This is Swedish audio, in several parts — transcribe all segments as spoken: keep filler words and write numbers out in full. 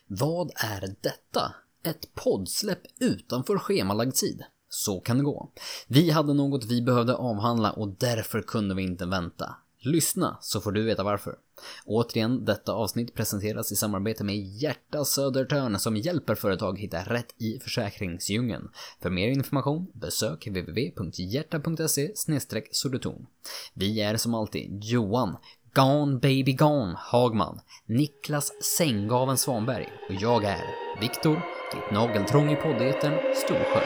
Vad är detta? Ett poddsläpp utanför schemalagd tid. Så kan det gå. Vi hade något vi behövde avhandla och därför kunde vi inte vänta. Lyssna så får du veta varför. Återigen, detta avsnitt presenteras i samarbete med Hjärta Södertörn som hjälper företag hitta rätt i försäkringsdjungeln. För mer information besök w w w punkt hjärta punkt se slash södertorn. Vi är som alltid Johan Gone Baby Gone Hagman, Niklas Sänggaven Svanberg och jag är Viktor, ditt nageltrång i poddeten Storsjö.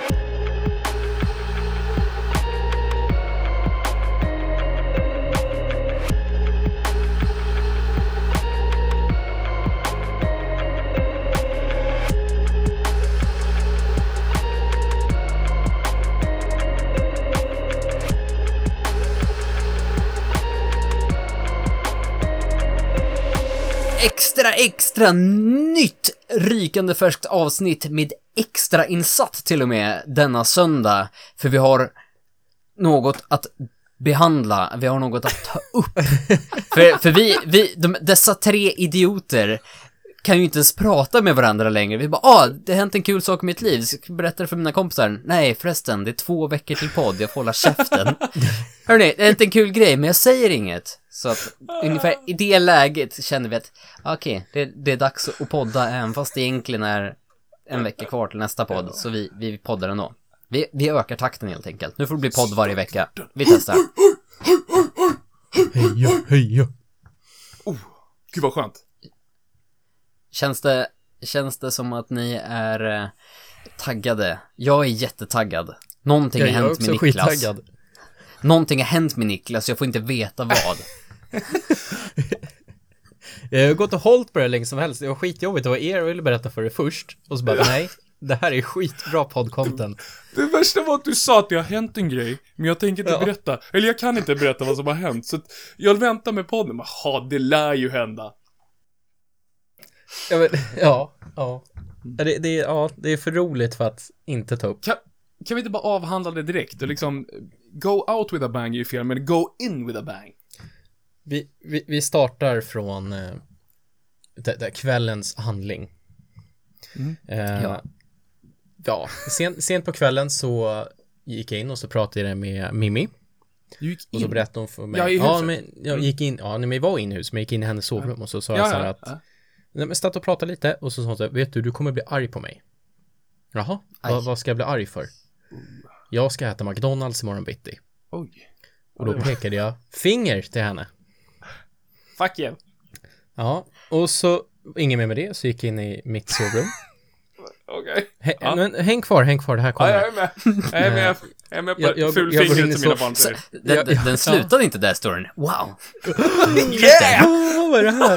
Extra, extra nytt rykande färskt avsnitt med extra insatt till och med denna söndag. För vi har något att behandla, vi har något att ta upp. för för vi, vi de, dessa tre idioter kan ju inte ens prata med varandra längre. Vi bara, ah, det har hänt en kul sak i mitt liv. Ska jag berätta det för mina kompisar? Nej, förresten, det är två veckor till podd. Jag får hålla käften. Hörrni, det är inte en kul grej, men jag säger inget. Så att ungefär i det läget känner vi att okej, okay, det, det är dags att podda även fast det egentligen är en vecka kvar till nästa podd. Så vi, vi poddar ändå. Vi, vi ökar takten helt enkelt. Nu får det bli podd varje vecka. Vi testar. Heja, heja. Oh, gud vad skönt. Känns det, känns det som att ni är eh, taggade? Jag är jättetaggad. Någonting jag har hänt med Niklas. Skittaggad. Någonting har hänt med Niklas, jag får inte veta vad. Jag har gått och hållit på det länge som helst. Det var skitjobbigt, det var er och ville berätta för er först. Och så bara, nej, det här är skitbra podd-content. Det värsta var att du sa att det har hänt en grej, men jag tänker inte ja. berätta. Eller jag kan inte berätta vad som har hänt. Så jag väntar med podden. Men ha, det lär ju hända. Ja, men, ja, ja. Det, det, ja, det är för roligt för att inte ta upp. Kan, kan vi inte bara avhandla det direkt? Och liksom, go out with a bang är ju fel, men go in with a bang. Vi, vi, vi startar från uh, det, det, kvällens handling. Mm. Uh, ja. Ja, sen, sent på kvällen så gick jag in och så pratade jag med Mimmi. Du gick in? Och så berättade hon för mig. Ja, i huset. Ja, men jag gick in, ja, när vi var inne i huset, men jag gick in i hennes sovrum och så sa ja, jag så här ja, att ja. Nej, men stod och pratade lite och så sa hon så här, vet du, du kommer bli arg på mig. Jaha, vad, vad ska jag bli arg för? Jag ska äta McDonalds imorgon bitti. Oj. Och då pekade jag finger till henne. Fuck you. Ja, och så ingen mer med det, så gick jag in i mitt sovrum. Okej. Okay. Ja. Men häng kvar, häng kvar, det här kommer. Ja, jag är med. Jag är med, jag är med på jag, fulfingret som mina barn säger. Den, den, den slutade ja. inte där storyn. Wow. Yeah! Oh, vad är det här?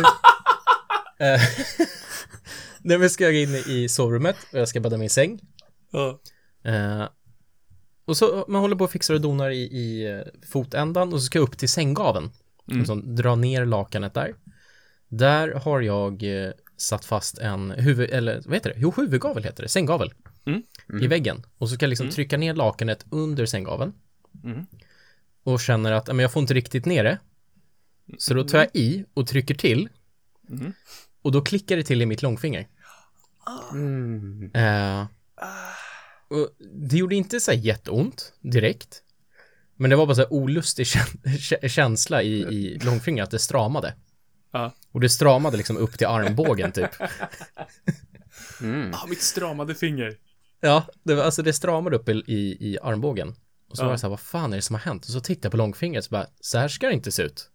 Nej, men ska jag in i sovrummet och jag ska bädda min säng. Ja. Uh, och så man håller på att fixa och donar i, i fotändan och så ska jag upp till sänggaven. Mm. Och så dra ner lakanet där. Där har jag uh, satt fast en huvud, eller vad heter det? Jo, huvudgavel heter det, sänggavel. Mm. Mm. I väggen. Och så ska jag liksom mm. trycka ner lakanet under sänggaveln. Mm. Och känner att men jag får inte riktigt ner det. Så då tar jag i och trycker till. Mm. Och då klickar det till i mitt långfinger. Mm. Uh, och det gjorde inte så här jätteont direkt. Men det var bara så här olustig kä- känsla i, i långfingret att det stramade. Uh. Och det stramade liksom upp till armbågen typ. mm. ah, mitt stramade finger. Ja, det var, alltså det stramade upp i, i, i armbågen. Och så uh. var det så här, vad fan är det som har hänt? Och så tittade jag på långfingret och så bara, så här ska det inte se ut.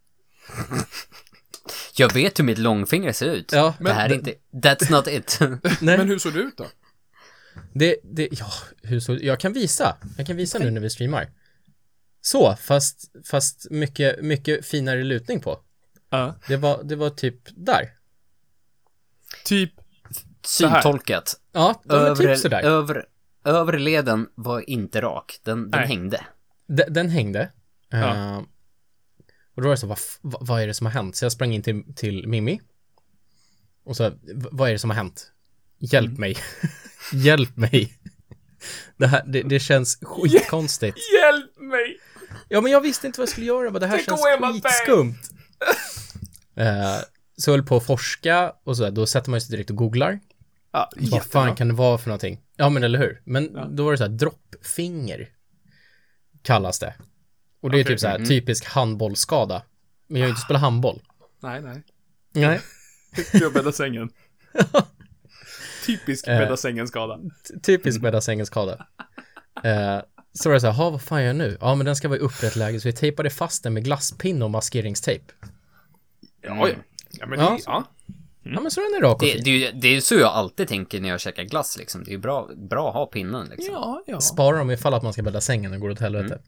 Jag vet hur mitt långfinger ser ut. Ja, det här är inte... That's not it. Nej. Men hur såg det ut då? Det, det, ja, hur såg... Jag kan visa. Jag kan visa nu när vi streamar. Så, fast, fast mycket, mycket finare lutning på. Uh. Det, var, det var typ där. Typ syntolkat. Ja, det var övre, typ sådär. Övre, övre leden var inte rak. Den, den hängde. De, den hängde. Ja. Uh, Och då var det så, vad, vad är det som har hänt? Så jag sprang in till, till Mimmi. Och så, vad är det som har hänt? Hjälp mm. mig. Hjälp mig. Det här, det, det känns skitkonstigt. Hjälp mig! Ja, men jag visste inte vad jag skulle göra. Det här det känns skitskumt. uh, så jag höll på att forska. Och så, då sätter man sig direkt och googlar. Ja, Vad fan kan det vara för någonting? Ja, men eller hur? Men Ja. då var det så här, droppfinger kallas det. Och det är Okej. typ så här, Mhm. typisk handbollsskada. Men jag har ju inte spelat handboll. Nej, nej. Nej. Jag bäddar sängen. Typisk Eh. bädda sängen-skada. Typisk bädda sängen skada. Eh, så var det så här, ha vad fan gör jag nu? Ja, men den ska vara i upprätt läge, så vi tejpade fast den med glasspinne och maskeringstejp. Ja, ja. Ja, men Ja. det, ja. Ja, men så är den är rak och Det, fin. det, är ju- det är ju så jag alltid tänker när jag käkar glass liksom. Det är ju bra, bra att ha pinnen liksom. Ja, ja. Spara dem ifall att man ska bädda sängen och går åt helvete.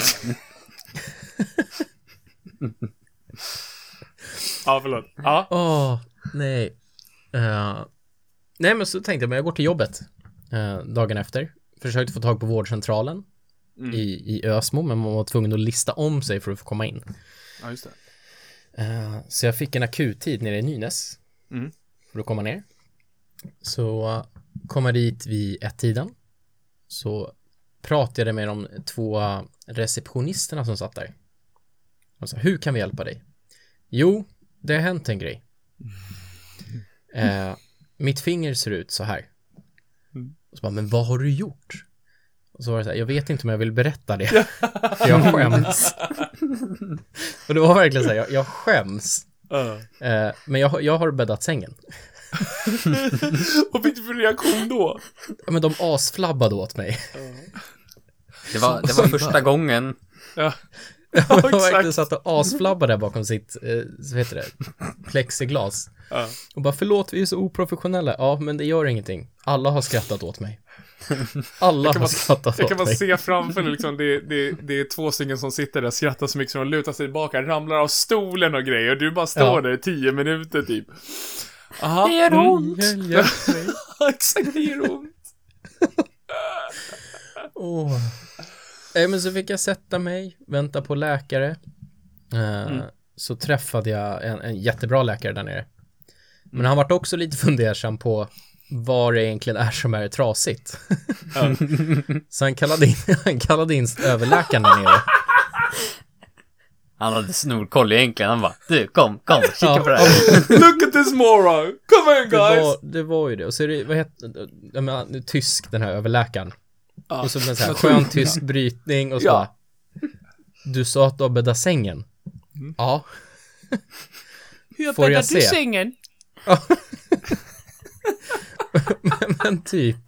Ja, förlåt. Ja. Åh, nej. Eh, nej, men så tänkte jag, men jag går till jobbet eh, dagen efter. Försökte få tag på vårdcentralen Mm. i, i Ösmo, men man var tvungen att lista om sig för att få komma in. Ja, just det. Eh, så jag fick en akuttid nere i Nynäs Mm. för att komma ner. Så uh, kom jag dit vid ett-tiden. Så pratade jag med de två uh, receptionisterna som satt där. Och sa, hur kan vi hjälpa dig? Jo, det har hänt en grej. Eh, mitt finger ser ut så här. Mm. Och så bara, men vad har du gjort? Och så var det så här, jag vet inte om jag vill berätta det. För jag skäms. Och det var verkligen så här, jag, jag skäms. Uh. Eh, men jag, jag har bäddat sängen. Vad fick du för reaktion då? Ja, men de asflabbade åt mig. Det var, det var första gången. Ja. De Ja, verkligen exakt. satt och asflabbade där bakom sitt, eh, så heter det, plexiglas. Ja. Och bara, förlåt, vi är så oprofessionella. Ja, men det gör ingenting. Alla har skrattat åt mig. Alla har man- skrattat Jag åt kan bara mig. se framför mig liksom, det, det, det är två stycken som sitter där, skrattar så mycket som de lutar sig tillbaka, ramlar av stolen och grejer, och du bara står Ja. där i tio minuter typ. Aha. Det gör ont. Mm, hjälp mig. Exakt, det gör ont. Åh. Nej, men så fick jag sätta mig, vänta på läkare. Eh, Mm. Så träffade jag en, en jättebra läkare där nere. Men han vart också lite fundersam på vad det egentligen är som är trasigt. Ja. Så han kallade in, han kallade in överläkaren där nere. Han hade snorkoll egentligen. Han bara, du kom, kom, kika Ja, på det här. Look at this moron! Come in Det guys! var, det var ju det. Och så är det, vad heter jag menar, tysk, den här överläkaren. Ja. Och så med så här Jag skön tror- tysk brytning och så Ja. bara, du sa att du har bäddat sängen. Mm. Ja. Hur Får jag bäddar du se? sängen? men, men typ.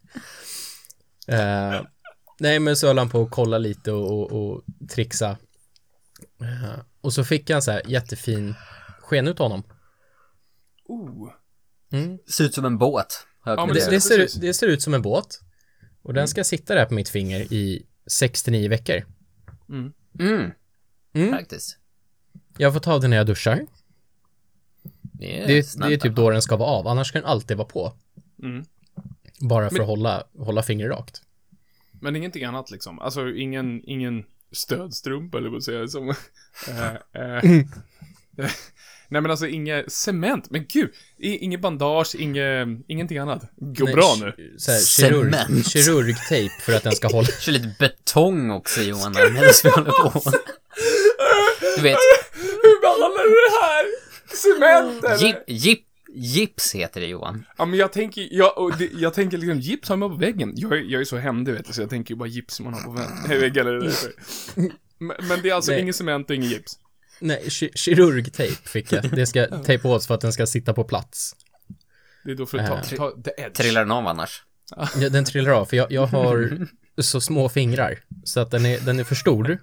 Eh, nej, men så höll han på att kolla lite och, och, och trixa. Eh, och så fick han så här jättefin sken ut honom. Oh. Mm. Ser ut som en båt. Har jag Ja, men Det, kommit det, till. ser, precis. det ser ut som en båt. Och den ska sitta där på mitt finger i sex till nio veckor. Mm. Mm, Mm. faktiskt. Jag får ta av den när jag duschar. Det är, Det, är- snällt det är typ ändå. då den ska vara av. Annars ska den alltid vara på. Mm. Bara för Men- att hålla, hålla fingret rakt. Men ingenting annat liksom. Alltså ingen, ingen stödstrumpa eller vad säga som. eh, eh. Nej men alltså inget cement. Men gud, i- inget bandage, inget, ingenting annat. Går Nej, bra k- nu. Så här, kirurg, Cement. kirurgtejp för att den ska hålla. Kör lite betong också Johan där medan vi håller på. Du vet, Hur behandlar du det här? Cement eller? gip, gip, gips heter det Johan. Ja men jag tänker, jag, och det, jag tänker liksom gips har man på väggen. Jag, är- jag är så händig vet du, så jag tänker ju bara gips man har på vä- väggen eller det. Men, men det är alltså Nej. ingen cement och ingen gips. Nej, ki- kirurgtejp fick jag. Det ska tejpa åt för att den ska sitta på plats. Det är då för att ta, Äh. ta the edge. Trillar den av annars? Ja, den trillar av, för jag, jag har så små fingrar. Så att den är, den är för stor.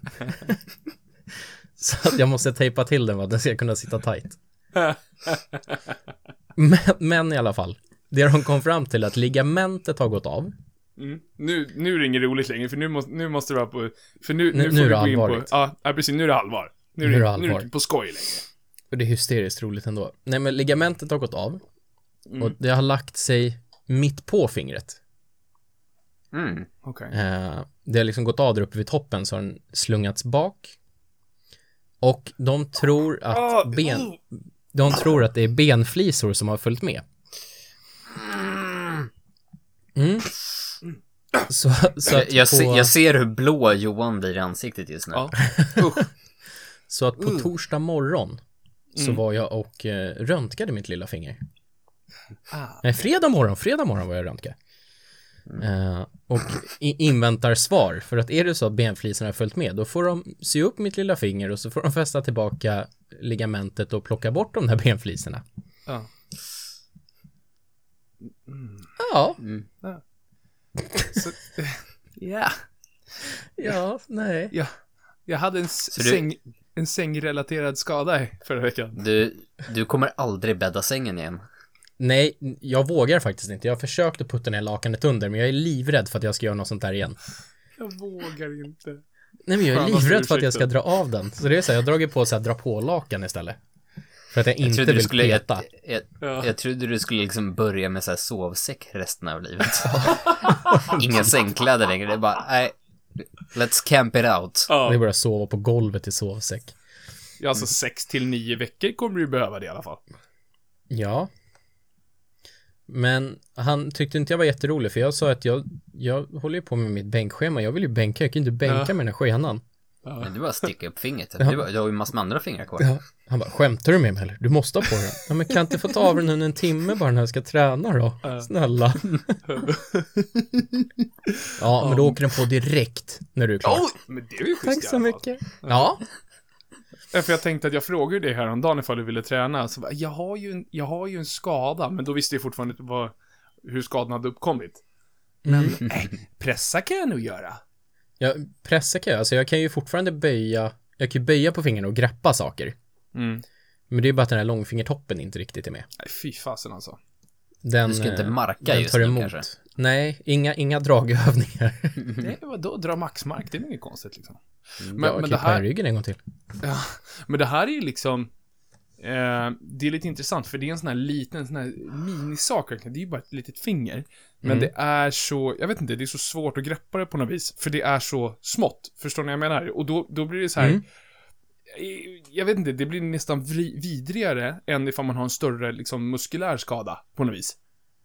Så att jag måste tejpa till den för att den ska kunna sitta tight. Men, men i alla fall. Det de kom fram till är att ligamentet har gått av. Mm. Nu, nu är det inget roligt längre, för nu måste, nu måste det vara på, för nu, Nu- nu, nu får är vi det gå in på, allvarligt. ja, ja precis, nu är det allvar. Nu är Nu är det, det nu är det allvar. inte på skoj längre. Och det är hysteriskt roligt ändå. Nej, men ligamentet har gått av. Mm. Och det har lagt sig mitt på fingret. Mm. Okej. Eh, det har liksom gått av där uppe vid toppen, så har den slungats bak. Och de tror att Ah, ben... oh. De tror att det är benflisor som har följt med. Mm. Så, så Jag, att jag, på, se, jag ser hur blå Johan blir i ansiktet just nu. Ja. så att på Mm. torsdag morgon så Mm. var jag och eh, röntgade mitt lilla finger. Ah. Nej, fredag morgon, fredag morgon var jag röntga. Uh, och i- inväntar svar. För att är det så att benfliserna har följt med, då får de sy upp mitt lilla finger och så får de fästa tillbaka ligamentet och plocka bort de där benfliserna. Ja. Ja. Mm. Så, ja. Ja, nej. Ja. Jag hade en, s- Så du- säng, en sängrelaterad skada förra veckan. Du, du kommer aldrig bädda sängen igen. Nej, jag vågar faktiskt inte. Jag har försökt att putta ner lakanet under, men jag är livrädd för att jag ska göra något sånt där igen. Jag vågar inte. Nej, men jag är Skönaste livrädd för att jag ska ursäkten. dra av den. Så det är så här, jag har dragit på så här, dra på lakan istället. För att jag, Jag inte trodde du vill skulle, jag, peta. jag, Ja. jag trodde du skulle liksom börja med så här sovsäck resten av livet. Inga sängkläder längre, det är bara, nej, let's camp it out. Det är Ja. bara att sova på golvet i sovsäck. Ja, alltså sex till nio veckor kommer du behöva det i alla fall. Ja. Men han tyckte inte jag var jätterolig, för jag sa att jag, jag håller ju på med mitt bänkschema. Jag vill ju bänka, jag kan ju inte bänka Ja. med den här skenan. Men du bara sticka upp fingret. Du, bara- du har ju massor med andra fingrar kvar. Ja. Han bara, skämtar du med mig eller? Du måste ha på den. Ja, men kan jag inte få ta av den under en timme bara när jag ska träna då? Ja. Snälla. Ja, men då åker den på direkt när du är klar. Oh, men det är ju schysst Tack i så alla fall. mycket. Ja. Ja, för jag tänkte att jag frågade dig häromdagen ifall du ville träna. Så bara, jag, har ju en, jag har ju en skada, men då visste jag fortfarande inte vad, hur skadan hade uppkommit. Men Mm. nej, pressa kan jag nog göra. Ja, pressa kan jag. Alltså jag kan ju fortfarande böja, jag kan ju böja på fingrarna och greppa saker. Mm. Men det är bara att den här långfingertoppen inte riktigt är med. Nej, fy fasen alltså. Den, Du ska inte eh, marka den just tar nu emot. kanske. Nej, inga, inga dragövningar. Det var då dra maxmark, det är inget konstigt liksom. Men, Men, jag men, kan det ju paja här, ryggen en gång till. ja, men det här är ju liksom, eh, det är lite intressant för det är en sån här liten, sån här minisak egentligen. Det är ju bara ett litet finger. Men Mm. det är så, jag vet inte, det är så svårt att greppa det på något vis. För det är så smått, förstår ni vad jag menar? Och då, då blir det så här, Mm. eh, jag vet inte, det blir nästan vri, vidrigare än ifall man har en större liksom muskulär skada på något vis.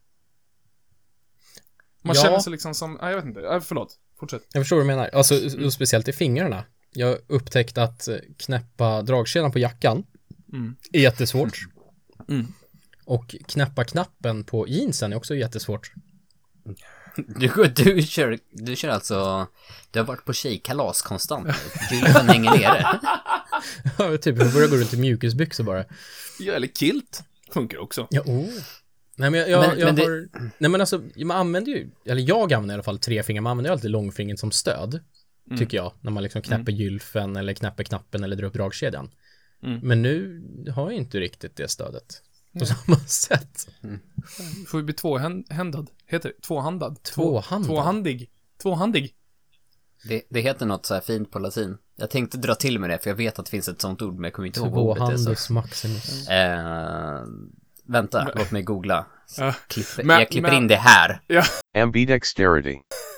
Man Ja. känner sig liksom som, nej jag vet inte, äh, förlåt, fortsätt. Jag förstår vad du menar. Alltså, och speciellt i fingrarna. Jag upptäckte att eh, knäppa dragkedjan på jackan Mm. är jättesvårt. Mm. Och knäppa knappen på jeansen är också jättesvårt. Du, du, kör, du kör alltså, du har varit på tjejkalas konstant. Gylfen hänger nere. Ja, typ, jag börjar gå runt i mjukisbyxor bara. Ja, eller kilt funkar också. Ja, oh. Nej, men jag, jag, Men- jag men det- har... Nej, men alltså, man använder ju... Eller jag använder i alla fall tre fingrar. Man använder ju alltid långfingret som stöd. Mm. Tycker jag. När man liksom knäpper gylfen eller knäpper knappen eller drar upp dragkedjan. Mm. Men nu har jag inte riktigt det stödet. På samma sätt. Får vi bli tvåhändad? Heter det? Tvåhandad? Tvåhandad? Tvåhandig. Tvåhandig. Det, det heter något så här fint på latin. Jag tänkte dra till med det, för jag vet att det finns ett sånt ord, men jag kommer inte ihåg vad ordet är. Så. Tvåhandus maximus. Eh, vänta, låt mig googla. Ja. Klipp, Men- jag klipper men- in det här. Ambidexterity.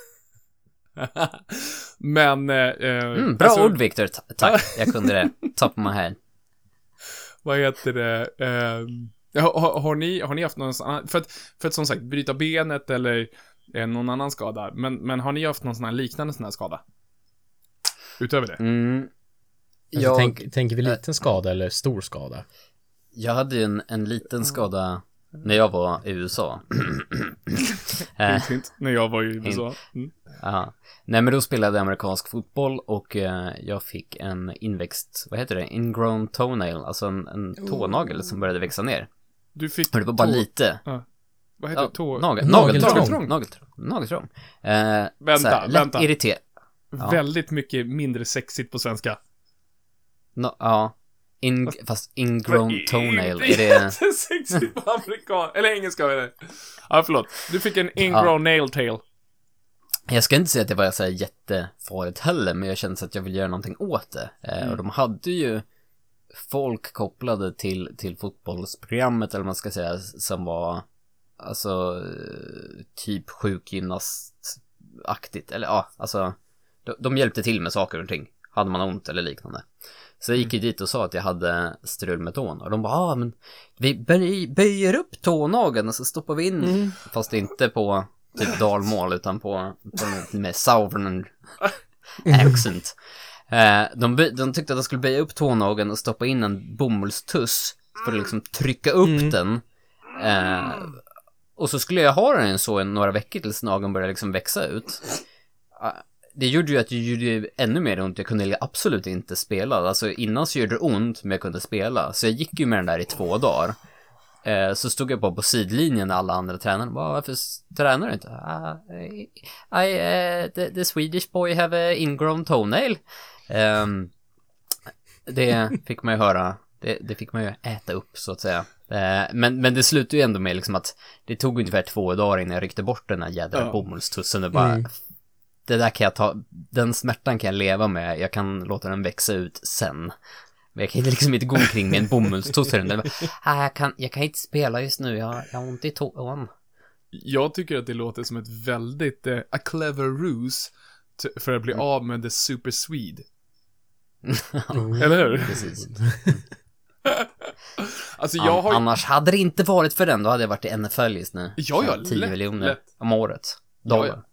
Men, eh, Mm, bra alltså, ord, Victor. Ta- tack, jag kunde det. Top of my head. vad heter det? Eh, har, har, ni, har ni haft någon sån annan, för att, för att som sagt, bryta benet eller eh, någon annan skada, men, men har ni haft någon sån här liknande sån här skada? Utöver det? Mm. Alltså, Jag, tänk, tänker vi liten skada eller stor skada? jag hade ju en, en liten skada när jag var i U S A. Eh, Hint, hint, när jag var i U S A. Mm. Aha. Nej, men då spelade jag amerikansk fotboll och eh, jag fick en inväxt, vad heter det? Ingrown toenail, alltså en, en tånagel som började växa ner. Du fick Och det var bara tå- lite. Vad heter Ja, det? Tå... nagel, Nageltrång. nageltrång. Nageltrång. Nageltrång. Eh, Vänta, så här, lätt vänta. irriter- ja. Väldigt mycket mindre sexigt på svenska. No, ja. In, fast ingrown Men- toenail, Det är det... jättesexigt på amerikan... Eller engelska, vad är det? Ja, förlåt. Du fick en ingrown Ja. nail tail. Jag ska inte säga att det var så här jättefarligt heller, men jag kände så att jag vill göra någonting åt det. Eh, Mm. Och de hade ju folk kopplade till, till fotbollsprogrammet, eller vad man ska säga, som var alltså eh, typ sjukgymnastaktigt, eller ja, alltså de, de hjälpte till med saker och ting. Hade man ont eller liknande. Så jag gick ju dit och sa att jag hade strul med tån. Och de bara, ah, men vi böj, böjer upp tånageln och så stoppar vi in. Mm. Fast inte på typ dalmål, utan på, på lite mer southern accent. Eh, de, böj- de tyckte att de skulle böja upp tånageln och stoppa in en bomullstuss för att liksom trycka upp Mm. den. Eh, och så skulle jag ha den så en några veckor tills nageln började liksom växa ut. Det gjorde ju att det gjorde ännu mer ont. Jag kunde absolut inte spela. Alltså innan så gjorde det ont, men jag kunde spela. Så jag gick ju med den där i två dagar. Eh, så stod jag bara på sidlinjen när alla andra tränare bara, varför tränar du inte? Uh, I, uh, the, the Swedish boy have a ingrown toenail. Um, det fick man ju höra. Det, det fick man ju äta upp så att säga. Eh, men, men det slutade ju ändå med liksom att det tog ungefär två dagar innan jag ryckte bort den här jädra ja. bomullstussen och bara mm. det där kan jag ta, den smärtan kan jag leva med, jag kan låta den växa ut sen. Men jag kan inte liksom inte gå omkring med en bomullstuss ah, jag, kan, jag kan inte spela just nu, jag, jag har ont i tån. Jag tycker att det låter som ett väldigt eh, a clever ruse t- för att bli mm. av med the super Swede. Eller hur? Precis. Alltså jag har... Annars hade det inte varit för den, då hade jag varit i N F L just nu. Ja, ja, tio lätt, miljoner lätt. om året. Dollar. Ja,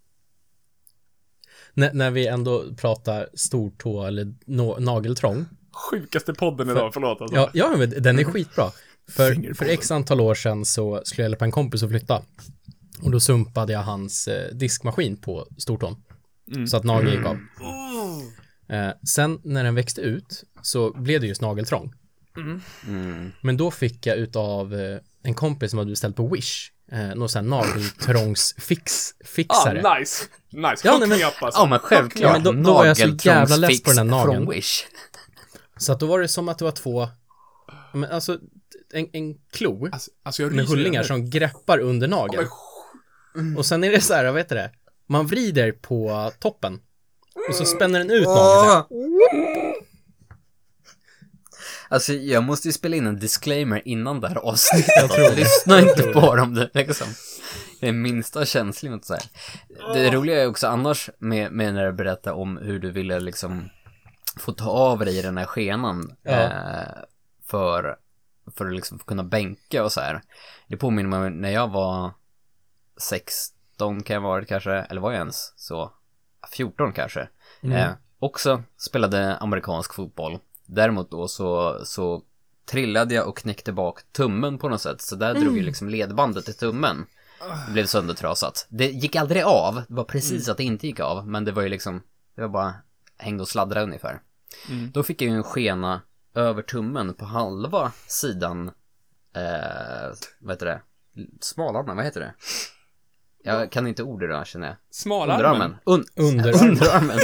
ja. N- när vi ändå pratar stortå eller no- nageltrång. Sjukaste podden idag, för, förlåt alltså. Ja, ja, men den är skitbra. För, för x antal år sedan så skulle jag hjälpa en kompis att flytta. Och då sumpade jag hans eh, diskmaskin på stortån. Mm. Så att nageln gick av. Eh, sen när den växte ut så blev det just nageltrång. Mm. Mm. Men då fick jag utav eh, en kompis som hade beställt på Wish eh, någon sån här nageltrångsfixare. Ah, nice. Nice. Ja, nej, men, upp, alltså. Ja, men självklart. Ja, men då, då var jag så jävla less på den här nageln. From Wish. Så att då var det som att det var två, men alltså en, en klo alltså, alltså jag med hullingar som greppar under nageln. Oh, mm. Och sen är det så här, vad vet det? Man vrider på toppen och så spänner den ut nageln. Alltså jag måste ju spela in en disclaimer innan det här avsnittet. Jag tror lyssna inte på dem det liksom. Det är minsta känslig mot så här. Det roliga är också annars med, med när du berättar om hur du ville liksom få ta av dig den här skenan ja. eh, för för att liksom kunna bänka och så här. Det påminner mig när jag var sexton kan jag vara kanske, eller var jag ens så fjorton kanske. Mm. Eh, också spelade amerikansk fotboll. Däremot då så, så trillade jag och knäckte bak tummen på något sätt. Så där mm. drog ju liksom ledbandet i tummen. Det blev söndertrasat. Det gick aldrig av. Det var precis mm. att det inte gick av. Men det var ju liksom, det var bara hängde och sladdra ungefär. Mm. Då fick jag ju en skena över tummen på halva sidan. Eh, vad heter det? Smalarmen, vad heter det? Jag kan inte ordet då, känner jag. Smalarmen? Un- underarmen. Underarmen.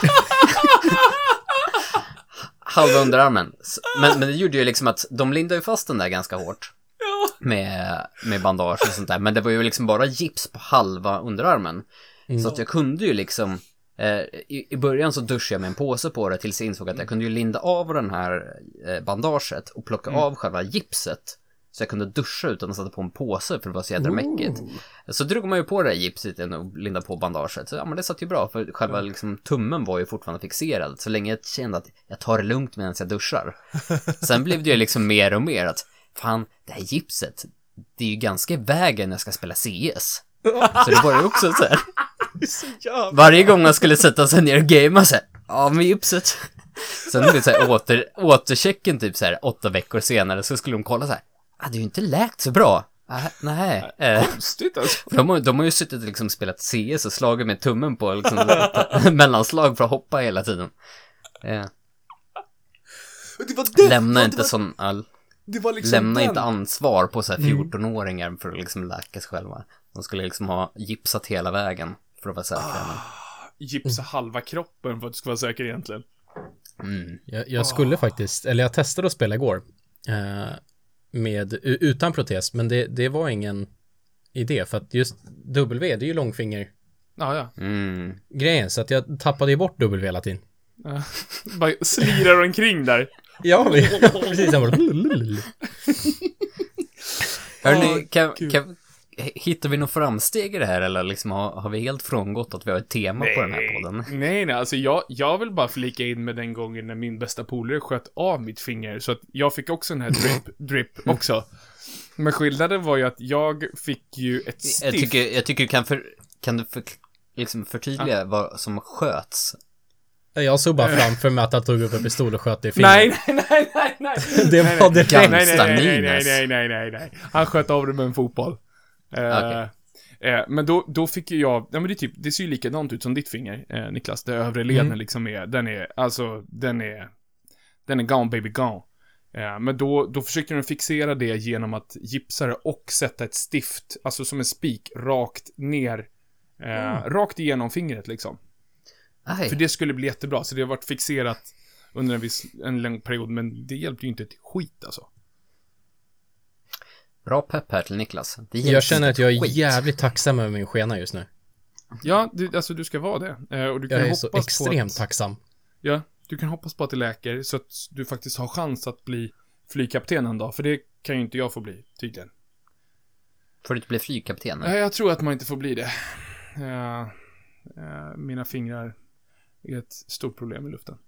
Halva underarmen. Men, men det gjorde ju liksom att de lindade ju fast den där ganska hårt. Ja. Med, med bandage och sånt där. Men det var ju liksom bara gips på halva underarmen. Mm. Så att jag kunde ju liksom eh, i, i början så duschade jag med en påse på det tills jag insåg att jag kunde ju linda av den här eh, bandaget och plocka mm. av själva gipset. Så jag kunde duscha utan att sätta på en påse för det var så jädra mäckigt. Så drog man ju på det här gipset och linda på bandaget. Så ja, men det satt ju bra för själva liksom, tummen var ju fortfarande fixerad. Så länge jag kände att jag tar det lugnt medan jag duschar. Sen blev det ju liksom mer och mer att fan, det här gipset, det är ju ganska i vägen när jag ska spela C S. Så det var ju också så här. Varje gång man skulle sätta sig ner och gamea så här, ja med gipset. Sen blev det så här åter, återchecken typ så här åtta veckor senare så skulle de kolla så här. Ah, det är ju inte läkt så bra. Ah, nej. Eh, Konstigt alltså. De har, de har ju suttit och liksom spelat C S och slagit med tummen på liksom, mellanslag för att hoppa hela tiden. Eh. Det var det, Lämna det inte var, sån all, det var liksom Lämna den. inte ansvar på så här fjorton-åringar mm. för att liksom läka sig själva. De skulle liksom ha gipsat hela vägen för att vara säkra. Ah, gipsa mm. halva kroppen för att du ska vara säker egentligen. Mm. Jag, jag skulle ah. faktiskt, eller jag testade att spela igår. Eh, med, utan protes, men det, det var ingen idé för att just W, det är ju långfinger ah, ja. mm. grejen, så att jag tappade ju bort W hela tiden. Ja. Bara slirar omkring där. Ja, vi, precis. Hörrni, kan, kan, hittar vi någon framsteg i det här eller liksom har, har vi helt frångått att vi har ett tema nej, på den här podden? Nej, nej, alltså jag, jag vill bara flika in med den gången när min bästa polare sköt av mitt finger så att jag fick också den här drip, drip också. Men skillnaden var ju att jag fick ju ett stift. Jag tycker, jag tycker du kan, för, kan du för, liksom förtydliga ah. vad som sköts? Jag såg bara framför mig att han tog upp en pistol och sköt i fingret. Nej, nej, nej, nej, nej. Det nej, var nej. direkt. Nej, nej, nej, nej, nej, Nines. nej, nej, nej, nej. Han sköt av det med en fotboll. Eh, Okej. eh, men då, då fick ju jag, ja men det är typ, det ser ju likadant ut som ditt finger, eh, Niklas. Det övre leden Mm. liksom är, den är, alltså, den är, den är gone baby gone. Eh, men då, då försökte de fixera det genom att gipsa det och sätta ett stift, alltså som en spik, rakt ner, eh, rakt igenom fingret liksom. Aj. För det skulle bli jättebra, så det har varit fixerat under en viss, en lång period, men det hjälpte ju inte ett skit alltså. Bra pepp här till Niklas. Det Jag känner att jag är skit. jävligt tacksam över min skena just nu. Ja, du, alltså du ska vara det. Eh, och du kan Jag är hoppas så på extremt att, tacksam. Ja, du kan hoppas på att det läker så att du faktiskt har chans att bli flygkapten en dag, för det kan ju inte jag få bli, tydligen. Får du inte bli flygkapten? Nej, jag tror att man inte får bli det. Eh, eh, mina fingrar är ett stort problem i luften.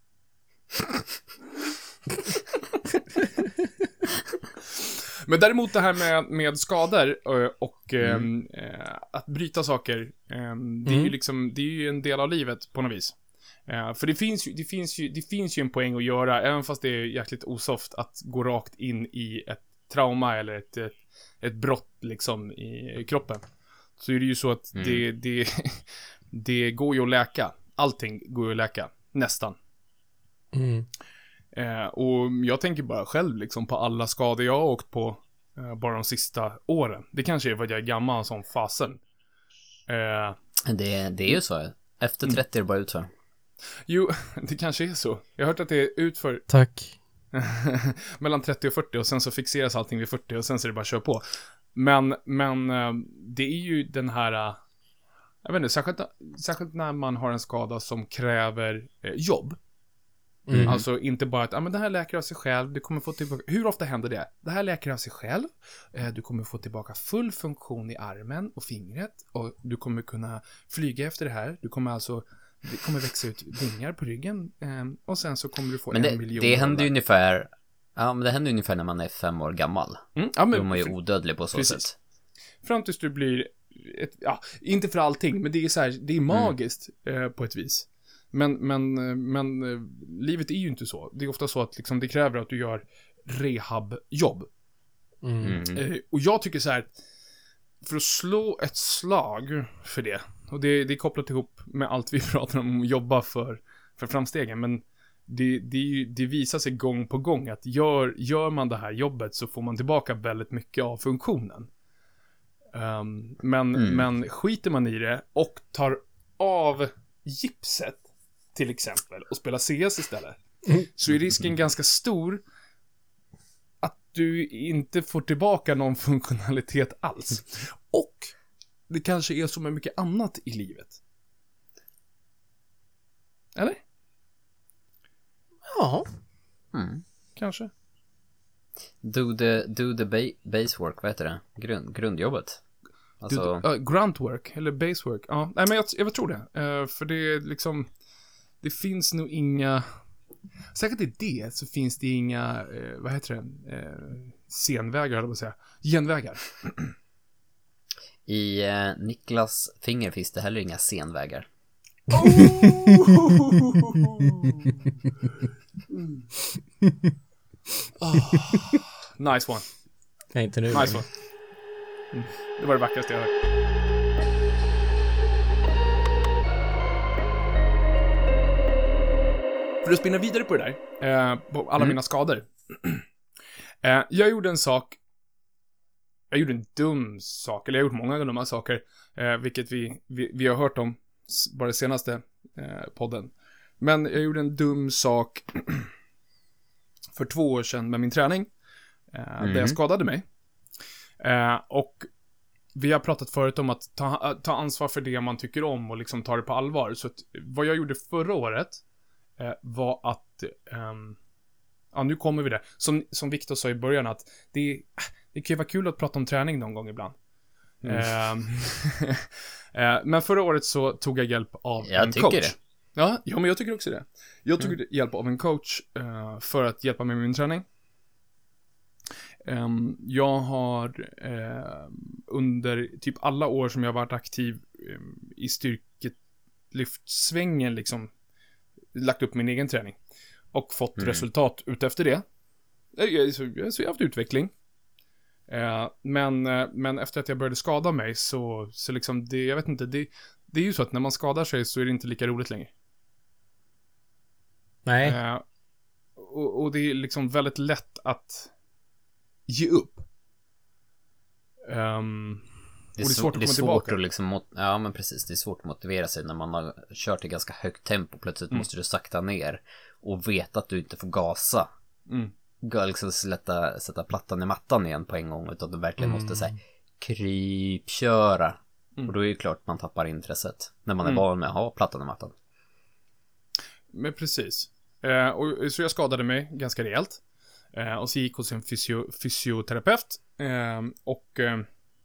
Men däremot det här med, med skador eh, och mm. eh, att bryta saker, eh, det är Mm. ju liksom, det är ju en del av livet på något vis. Eh, för det finns ju, det finns ju, det finns ju en poäng att göra, även fast det är jäkligt osoft att gå rakt in i ett trauma eller ett, ett, ett brott liksom i kroppen. Så är det ju så att Mm. det, det, det går ju att läka. Allting går ju att läka, nästan. Mm. Eh, och jag tänker bara själv liksom på alla skador jag har åkt på eh, bara de sista åren. Det kanske är för att jag är gammal som fasen. Eh, Det, det är ju så. Efter trettio är det bara ut så. jo, det kanske är så. Jag har hört att det är utför Tack. mellan trettio och fyrtio och sen så fixeras allting vid fyrtio och sen så är det bara att köra på. Men, men eh, det är ju den här, eh, jag vet inte, särskilt, särskilt när man har en skada som kräver eh, jobb. Mm. Alltså inte bara att, ja men det här läker av sig själv, du kommer få tillbaka, hur ofta händer det? Det här läker av sig själv, eh, du kommer få tillbaka full funktion i armen och fingret och du kommer kunna flyga efter det här, du kommer alltså, det kommer växa ut vingar på ryggen eh, och sen så kommer du få Men en det, miljon det händer ju dollar. ungefär. Ja, men det händer ungefär när man är fem år gammal. Mm, ja, Då är men, man ju fr- odödlig på så precis. sätt. fram tills du blir ett, ja, inte för allting, men det är så här, det är magiskt eh, på ett vis. Men, men, eh, men eh, livet är ju inte så. Det är ofta så att liksom, det kräver att du gör rehabjobb. Mm. Mm. Eh, och jag tycker så här, för att slå ett slag för det, och det, det är kopplat ihop med allt vi pratar om att jobba för, för framstegen, men det, det, är ju, det visar sig gång på gång att gör, gör man det här jobbet så får man tillbaka väldigt mycket av funktionen. Um, men, Mm. men skiter man i det och tar av gipset till exempel och spelar C S istället, så är risken ganska stor att du inte får tillbaka någon funktionalitet alls. Och det kanske är som med mycket annat i livet. Eller? Ja. Mm. Kanske. Do the, do the ba- base work, vad heter det? Grund, grundjobbet. Alltså, Du, uh, grunt work, eller base work. Ja, nej men jag, jag tror det. Uh, för det är liksom, det finns nog inga, säkert i det så finns det inga, uh, vad heter det, uh, senvägar, eller vad säga, genvägar. i eh, Niklas finger finns det heller inga senvägar. Oh. Nice one. Nej, inte nu. Nice one. Mm. Det var det vackraste jag hört. För att spinna vidare på det där, eh, på alla Mm. mina skador. eh, jag gjorde en sak, jag gjorde en dum sak, eller jag har gjort många dumma saker, eh, vilket vi, vi, vi har hört om s- bara senaste eh, podden. Men jag gjorde en dum sak för två år sedan med min träning, eh, Mm. där jag skadade mig. Eh, och vi har pratat förut om att ta, ta ansvar för det man tycker om och liksom ta det på allvar. Så att, vad jag gjorde förra året eh, var att ehm, ja, nu kommer vi där. Som, som Victor sa i början, att det, det kan ju vara kul att prata om träning någon gång ibland. Mm. Ehm, eh, men förra året så tog jag hjälp av Jag en tycker coach. det. Ja, ja, men jag tycker också det. Jag tog hjälp av en coach eh, för att hjälpa mig med min träning. Um, jag har uh, under typ alla år som jag har varit aktiv um, i styrkelyftsvängen liksom lagt upp min egen träning. Och fått Mm. resultat utefter det. Jag, så, jag, så jag har haft utveckling. Eh, men, eh, men efter att jag började skada mig så, så liksom det, jag vet inte, det, det är ju så att när man skadar sig så är det inte lika roligt längre. Nej. Eh, och, och det är liksom väldigt lätt att ge upp. Um, Det är, och det är svårt att det är komma svårt tillbaka. att liksom, mot- ja men precis, det är svårt att motivera sig när man har kört i ganska högt tempo. Plötsligt Mm. måste du sakta ner och veta att du inte får gasa. Mm. Gå liksom sätta, sätta plattan i mattan igen på en gång, utan du verkligen Mm. måste säga krypköra. Mm. Och då är det klart man tappar intresset när man är Mm. van med att ha plattan i mattan. Men precis. Eh, och, så jag skadade mig ganska rejält. Eh, och så gick hos en fysio, fysioterapeut. Eh, och eh,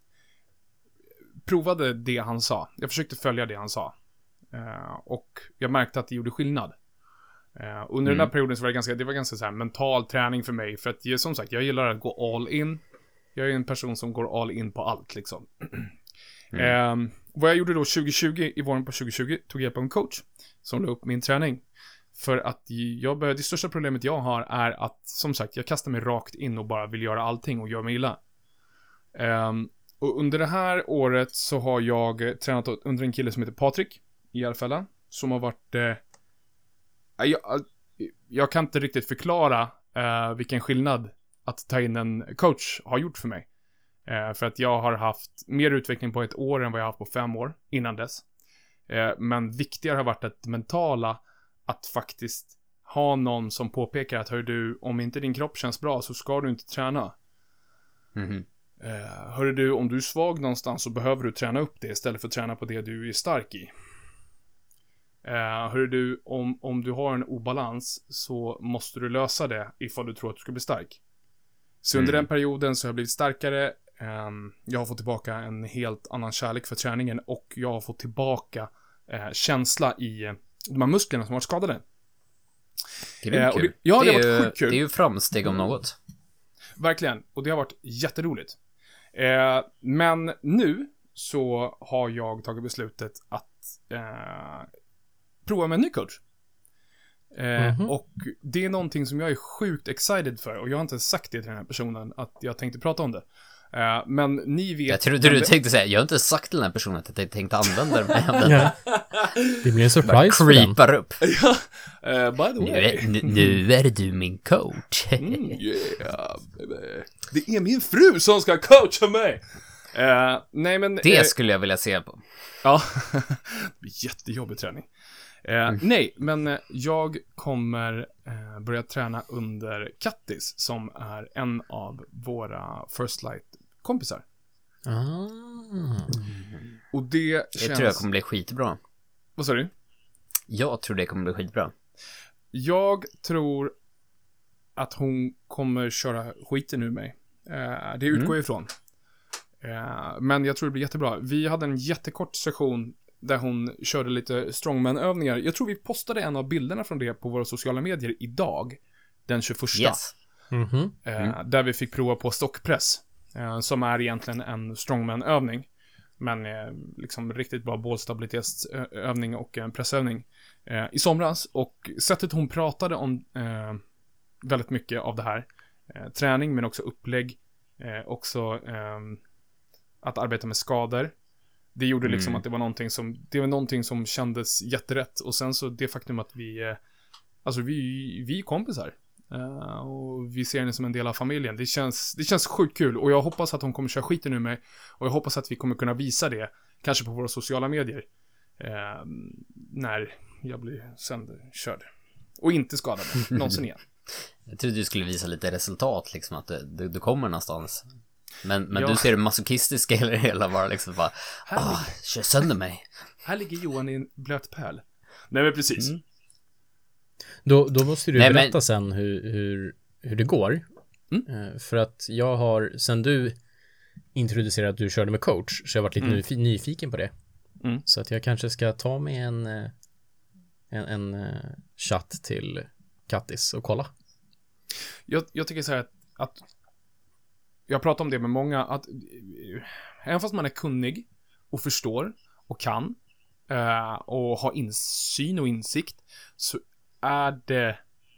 provade det han sa. Jag försökte följa det han sa. Eh, och jag märkte att det gjorde skillnad. Eh, under Mm. den här perioden så var det ganska, det var ganska så här mental träning för mig. För att jag, som sagt, jag gillar att gå all in. Jag är en person som går all in på allt liksom. Mm. Eh, vad jag gjorde då tjugo tjugo, i våren på tjugo tjugo, tog jag hjälp av en coach som la upp min träning. För att jag började, det största problemet jag har är att, som sagt, jag kastar mig rakt in och bara vill göra allting och gör mig illa. Um, och under det här året så har jag tränat under en kille som heter Patrik i Järfälla, som har varit eh, jag, jag kan inte riktigt förklara eh, vilken skillnad att ta in en coach har gjort för mig. Eh, för att jag har haft mer utveckling på ett år än vad jag har haft på fem år innan dess. Eh, men viktigare har varit det mentala, att faktiskt ha någon som påpekar att hör du, om inte din kropp känns bra så ska du inte träna. Mhm. Eh, hör du, om du är svag någonstans så behöver du träna upp det istället för att träna på det du är stark i. Eh, hör du, om, om du har en obalans så måste du lösa det ifall du tror att du ska bli stark. Så under Mm. den perioden så har jag blivit starkare. ehm, jag har fått tillbaka en helt annan kärlek för träningen och jag har fått tillbaka eh, känsla i eh, de här musklerna som har varit skadade. Det är väl Eh, och kul. det- ja, det har är varit ju, sjukt kul. Det är ju framsteg om något. Verkligen, och det har varit jätteroligt. Eh, men nu så har jag tagit beslutet att eh, prova med en ny coach. Eh, Mhm. Och det är någonting som jag är sjukt excited för. Och jag har inte sagt det till den här personen att jag tänkte prata om det. Eh, men ni vet... Jag trodde vem du det- tänkte säga, jag har inte sagt till den här personen att jag tänkte använda mig av den. Ja. Det blir en Bara surprise för den. creepar upp. Ja, eh, by the Nu way. är, nu, nu är du min coach. Mm, yeah, baby. Det är min fru som ska coacha mig. Eh, nej men... eh, Det skulle jag vilja se på. Ja, det blir jättejobbig träning. Eh, Nej, men eh, jag kommer eh, börja träna under Kattis, som är en av våra First Light-kompisar. Ah. Och det Det känns... tror jag kommer bli skitbra. Vad sa du? Jag tror det kommer bli skitbra. Jag tror att hon kommer köra skiten ur mig. Eh, det utgår jag ifrån. Eh, men jag tror det blir jättebra. Vi hade en jättekort session där hon körde lite strongman-övningar. Jag tror vi postade en av bilderna från det på våra sociala medier idag. Den tjugoförsta. Yes. Mhm. Eh, där vi fick prova på stockpress. Eh, som är egentligen en strongman-övning. Men eh, liksom riktigt bra bålstabilitetsövning och en pressövning. Eh, I somras. Och sättet hon pratade om eh, väldigt mycket av det här. Eh, träning men också upplägg. Eh, också eh, att arbeta med skador. Det gjorde liksom Mm. att det var någonting som det var någonting som kändes jätterätt. Och sen så det faktum att vi eh, alltså vi, vi är kompisar. Uh, och vi ser henne som en del av familjen. Det känns, det känns sjukt kul. Och jag hoppas att hon kommer köra skiten ur mig. Och jag hoppas att vi kommer kunna visa det. Kanske på våra sociala medier. Uh, när jag blir sönderkörd. Och inte skadad någonsin igen. Jag trodde du skulle visa lite resultat, liksom att du, du, du kommer någonstans. Men, men Ja. du ser det masochistiska eller hela bara liksom bara, ah, kör sönder mig. Här ligger Johan i en blöt pärl. Nej men precis. Mm. Då, då måste du Nej, men- berätta sen hur, hur, hur det går. Mm. Eh, För att jag har, sen du introducerade att du körde med coach, så jag har varit lite Mm. nyf- nyfiken på det. Mm. Så att jag kanske ska ta med en, eh, en, en eh, chatt till Kattis och kolla. Jag, jag tycker så här att, att jag pratar om det med många, att eh, även fast man är kunnig och förstår och kan eh, och har insyn och insikt, så är det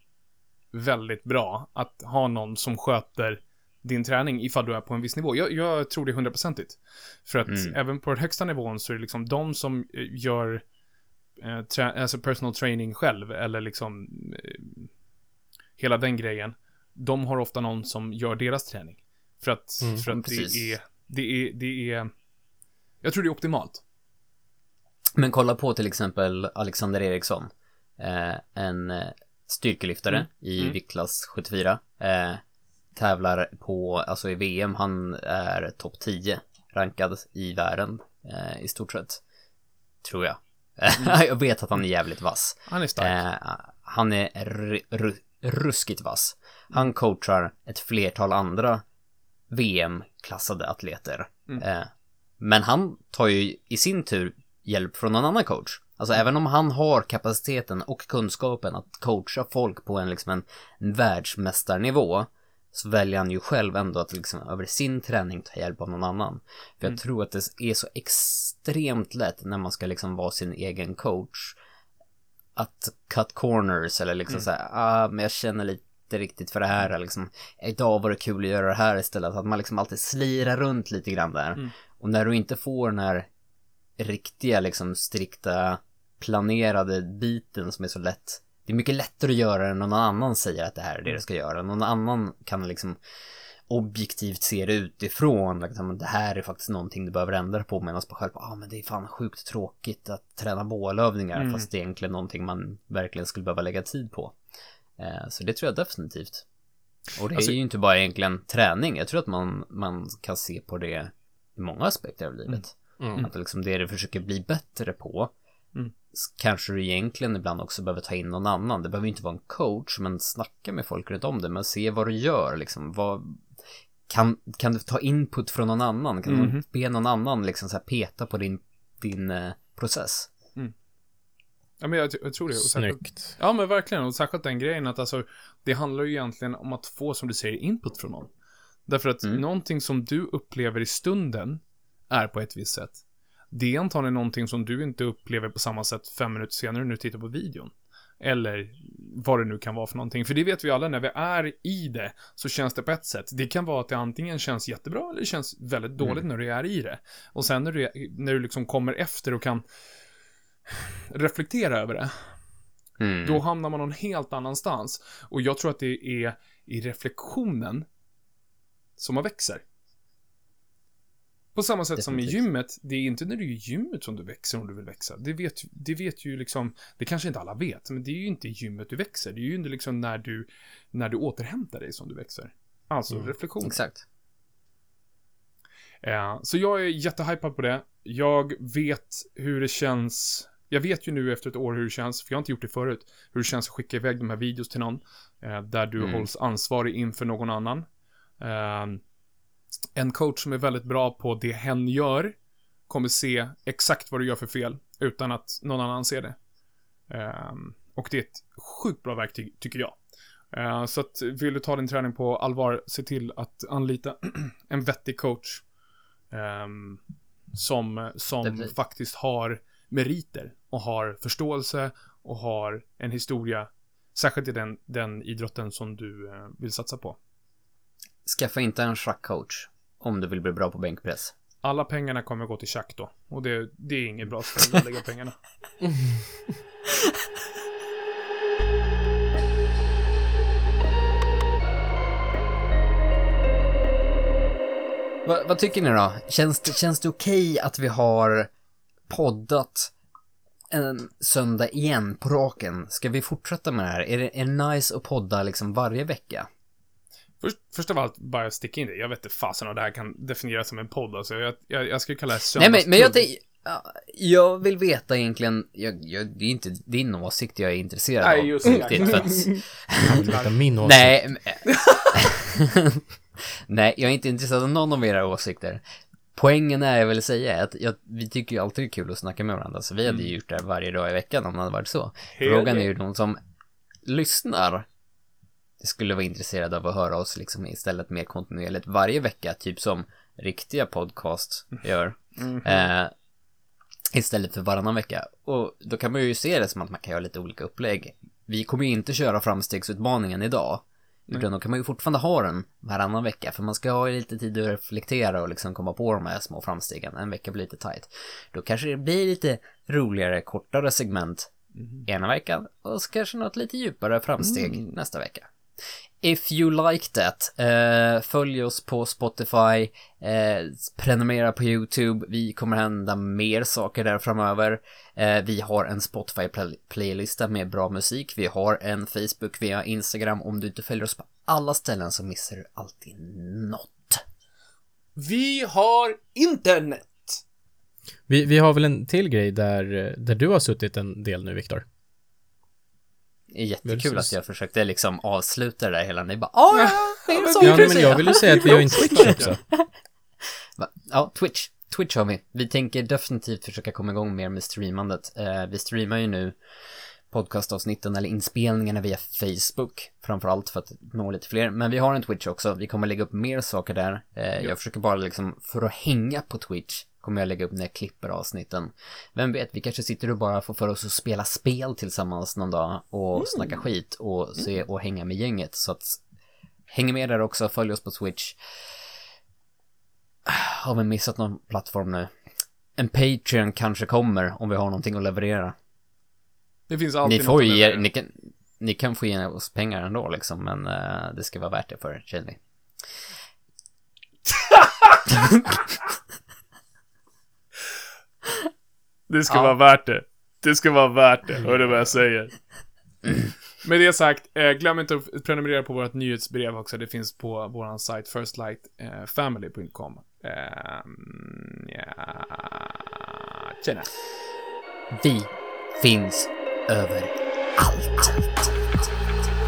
väldigt bra att ha någon som sköter din träning ifall du är på en viss nivå. Jag, jag tror det är hundraprocentigt. För att mm. även på den högsta nivån så är det liksom de som gör eh, tra- alltså personal training själv eller liksom eh, hela den grejen. De har ofta någon som gör deras träning. För att, mm, för att det är, det är det är jag tror det är optimalt. Men kolla på till exempel Alexander Eriksson. Eh, en styrkelyftare mm. i mm. viktklass sjuttiofyra. Eh, tävlar på, alltså i V M, han är topp tio rankad i världen eh, i stort sett, tror jag. Mm. Jag vet att han är jävligt vass. Han är stark. Eh, han är r- r- ruskigt vass. Han coachar ett flertal andra V M-klassade atleter. Mm. Eh, men han tar ju i sin tur hjälp från en annan coach. Alltså även om han har kapaciteten och kunskapen att coacha folk på en, liksom en, en världsmästarnivå, så väljer han ju själv ändå att liksom över sin träning ta hjälp av någon annan. För mm. jag tror att det är så extremt lätt när man ska liksom vara sin egen coach att cut corners eller liksom mm. säga, ah, men jag känner lite riktigt för det här, liksom, idag var det kul att göra det här istället. Att man liksom alltid slirar runt lite grann där. Mm. Och när du inte får den här riktiga, liksom strikta planerade biten som är så lätt, det är mycket lättare att göra än någon annan säger att det här är det du ska göra. Någon annan kan liksom objektivt se det utifrån, liksom, det här är faktiskt någonting du behöver ändra på, medan man själv, ja ah, men det är fan sjukt tråkigt att träna bålövningar, mm. fast det är egentligen någonting man verkligen skulle behöva lägga tid på. Eh, så det tror jag definitivt. Och det alltså, är ju inte bara egentligen träning, jag tror att man, man kan se på det i många aspekter av livet. Mm. Mm. Att liksom det du försöker bli bättre på, mm. kanske du egentligen ibland också behöver ta in någon annan. Det behöver inte vara en coach, men snacka med folk runt om det, men se vad du gör liksom. Vad, kan, kan du ta input från någon annan? Kan mm. du be någon annan liksom så här peta på din, din eh, process? Mm. Ja, men jag, jag tror det. Och snyggt. Särskilt, ja, men verkligen. Och särskilt den grejen att alltså, det handlar ju egentligen om att få, som du säger, input från någon. Därför att mm. någonting som du upplever i stunden är på ett visst sätt. Det är antagligen någonting som du inte upplever på samma sätt fem minuter senare när du tittar på videon. Eller vad det nu kan vara för någonting. För det vet vi alla, när vi är i det så känns det på ett sätt. Det kan vara att det antingen känns jättebra eller känns väldigt dåligt mm. när du är i det. Och sen när du, när du liksom kommer efter och kan reflektera över det. Mm. Då hamnar man någon helt annanstans. Och jag tror att det är i reflektionen som man växer. På samma sätt definitivt. Som i gymmet, det är inte när du är i gymmet som du växer om du vill växa. Det vet, det vet ju liksom, det kanske inte alla vet, men det är ju inte i gymmet du växer. Det är ju inte liksom när du, när du återhämtar dig som du växer. Alltså mm. reflektion. Exakt. Ja, så jag är jättehypad på det. Jag vet hur det känns. Jag vet ju nu efter ett år hur det känns, för jag har inte gjort det förut, hur det känns att skicka iväg de här videos till någon eh, där du mm. hålls ansvarig inför någon annan. Eh, En coach som är väldigt bra på det hen gör kommer se exakt vad du gör för fel utan att någon annan ser det. Um, och det är ett sjukt bra verktyg, tycker jag. Uh, så att vill du ta din träning på allvar, se till att anlita en vettig coach um, som, som faktiskt har meriter och har förståelse och har en historia, särskilt i den, den idrotten som du uh, vill satsa på. Skaffa inte en schackcoach om du vill bli bra på bänkpress. Alla pengarna kommer gå till schack då. Och det, det är inget bra ställe att lägga pengarna. Va, vad tycker ni då? Känns det, känns det okej att vi har poddat en söndag igen på raken? Ska vi fortsätta med det här? Är det, är det nice att podda liksom varje vecka? Först, först av allt, bara sticka in det. Jag vet inte fasen av det här kan definieras som en podd. Alltså, jag, jag, jag skulle kalla det söndagsklubb. Nej, men, men jag, det, jag vill veta egentligen, jag, jag, det är inte din åsikt jag är intresserad Nej, av. Just riktigt, för att, min åsikt. Nej, nej, jag är inte intresserad av någon av era åsikter. Poängen är, jag vill säga, är att jag, vi tycker ju alltid det är kul att snacka med varandra. Så vi hade ju gjort det varje dag i veckan om det hade varit så. Frågan är ju de som lyssnar skulle vara intresserade av att höra oss liksom istället mer kontinuerligt varje vecka, typ som riktiga podcast gör. Mm-hmm. Eh, istället för varannan vecka. Och då kan man ju se det som att man kan göra lite olika upplägg. Vi kommer ju inte köra framstegsutmaningen idag. Utan då kan man ju fortfarande ha den varannan vecka. För man ska ha lite tid att reflektera och liksom komma på de här små framstegen. En vecka blir lite tight. Då kanske det blir lite roligare, kortare segment mm. ena veckan. Och så kanske något lite djupare framsteg mm. nästa vecka. If you like that, eh, följ oss på Spotify, eh, prenumerera på YouTube. Vi kommer hända mer saker där framöver. eh, Vi har en Spotify-playlista med bra musik. Vi har en Facebook, vi har Instagram. Om du inte följer oss på alla ställen så missar du alltid något. Vi har internet. Vi, vi har väl en till grej där, där du har suttit en del nu, Viktor. Det är jättekul att jag försökte liksom avsluta det där hela. Ni bara, åh ja, det är så ja, men jag vill ju säga att vi har en Twitch också. Ja, Twitch. Twitch har vi. Vi tänker definitivt försöka komma igång mer med streamandet. Eh, vi streamar ju nu podcastavsnitten eller inspelningarna via Facebook. Framförallt för att nå lite fler. Men vi har en Twitch också. Vi kommer lägga upp mer saker där. Eh, ja. Jag försöker bara liksom, för att hänga på Twitch kommer jag lägga upp när jag klipper avsnitten. Vem vet, vi kanske sitter och bara får för oss att spela spel tillsammans någon dag och mm. snacka skit och se och hänga med gänget. Så att häng med där också, följ oss på Twitch. Har vi missat någon plattform nu? En Patreon kanske kommer om vi har någonting att leverera. Det finns alltid ni får ge, ni, kan, ni kan få ge oss pengar ändå liksom, men uh, det ska vara värt det för er, känner ni. Det ska ja. vara värt det. Det ska vara värt det, hör du vad jag säger. Med det sagt, eh, glöm inte att prenumerera på vårt nyhetsbrev också. Det finns på vår sajt first light family dot com. eh, ja. Tjena. Vi finns överallt.